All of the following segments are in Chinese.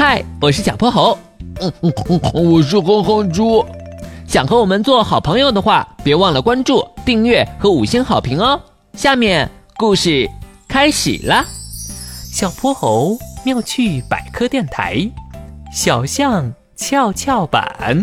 嗨，我是小泼猴。 我是哼哼猪。 想和我们做好朋友的话，别忘了关注、订阅和5星好评哦。下面故事开始啦。小泼猴妙趣百科电台，小象跷跷板。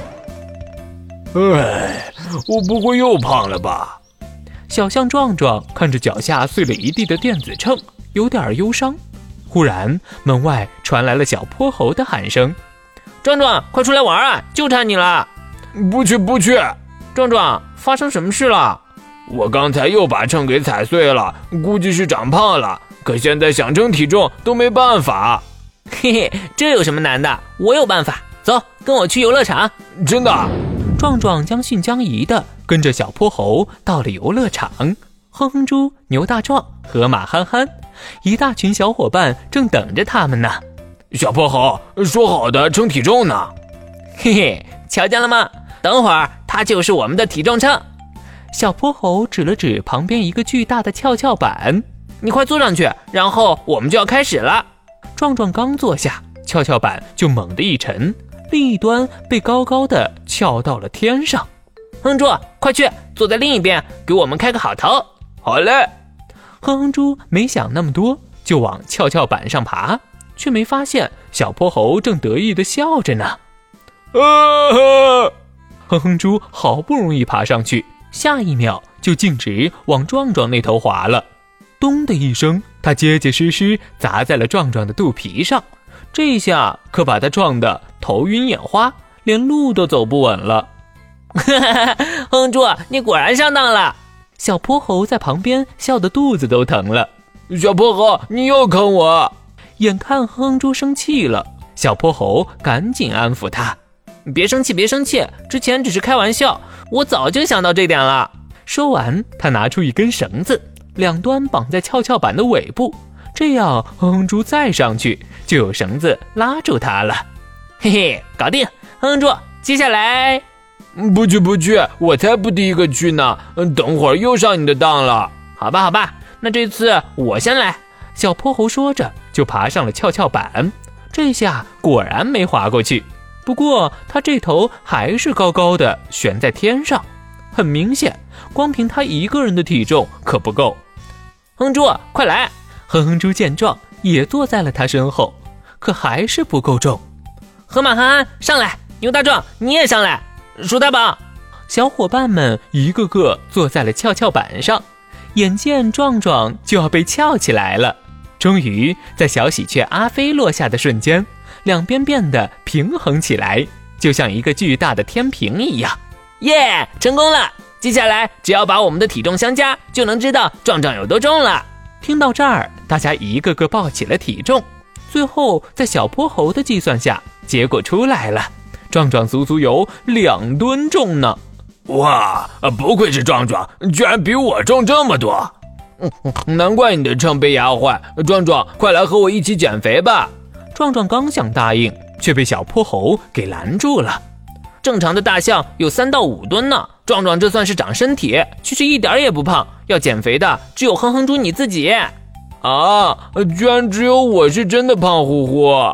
我不会又胖了吧？ 小象壮壮看着脚下碎了一地的电子秤，有点忧伤。忽然门外传来了小泼猴的喊声：壮壮，快出来玩啊，就差你了。 不去。 壮壮，发生什么事了？ 我刚才又把秤给踩碎了，估计是长胖了，可现在想称体重都没办法。 嘿嘿，这有什么难的？我有办法，走，跟我去游乐场。 真的？ 壮壮将信将疑的跟着小泼猴到了游乐场。哼哼猪、牛大壮、河马憨憨，一大群小伙伴正等着他们呢。 小泼猴，说好的称体重呢？ 嘿嘿，瞧见了吗？等会儿它就是我们的体重秤。小泼猴指了指旁边一个巨大的跷跷板，你快坐上去，然后我们就要开始了。壮壮刚坐下，跷跷板就猛地一沉，另一端被高高的翘到了天上。哼猪，快去坐在另一边，给我们开个好头。 好嘞。 哼哼猪没想那么多，就往跷跷板上爬，却没发现小泼猴正得意地笑着呢。哼哼猪好不容易爬上去，下一秒就径直往壮壮那头滑了。咚的一声，他结结实实砸在了壮壮的肚皮上，这下可把他撞得头晕眼花，连路都走不稳了。哼猪，你果然上当了。小泼猴在旁边笑得肚子都疼了。 小泼猴，你又坑我。 眼看哼猪生气了，小泼猴赶紧安抚他，别生气，之前只是开玩笑，我早就想到这点了。说完，他拿出一根绳子，两端绑在跷跷板的尾部，这样哼猪再上去就有绳子拉住他了。嘿嘿，搞定。哼猪，接下来不去，我才不第一个去呢，等会儿又上你的当了。 好吧，那这次我先来。小泼猴说着就爬上了跷跷板，这下果然没滑过去，不过他这头还是高高的悬在天上，很明显光凭他一个人的体重可不够。哼猪，快来。哼哼猪见状也坐在了他身后，可还是不够重。河马憨憨上来，牛大壮你也上来，数大宝。小伙伴们一个个坐在了跷跷板上，眼见壮壮就要被翘起来了。终于在小喜鹊阿飞落下的瞬间，两边变得平衡起来，就像一个巨大的天平一样。耶，成功了！接下来只要把我们的体重相加，就能知道壮壮有多重了。听到这儿，大家一个个报起了体重，最后在小泼猴的计算下，结果出来了，壮壮足足有2吨重呢。 哇，不愧是壮壮，居然比我重这么多。难怪你的秤被压坏。壮壮，快来和我一起减肥吧。 壮壮刚想答应，却被小泼猴给拦住了。正常的大象有3到5吨呢，壮壮这算是长身体，其实一点也不胖，要减肥的只有哼哼猪你自己。 啊，居然只有我是真的胖乎乎。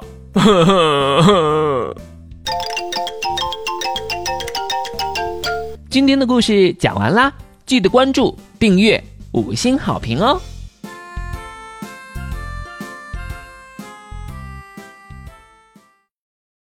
今天的故事讲完啦，记得关注、订阅、5星好评哦。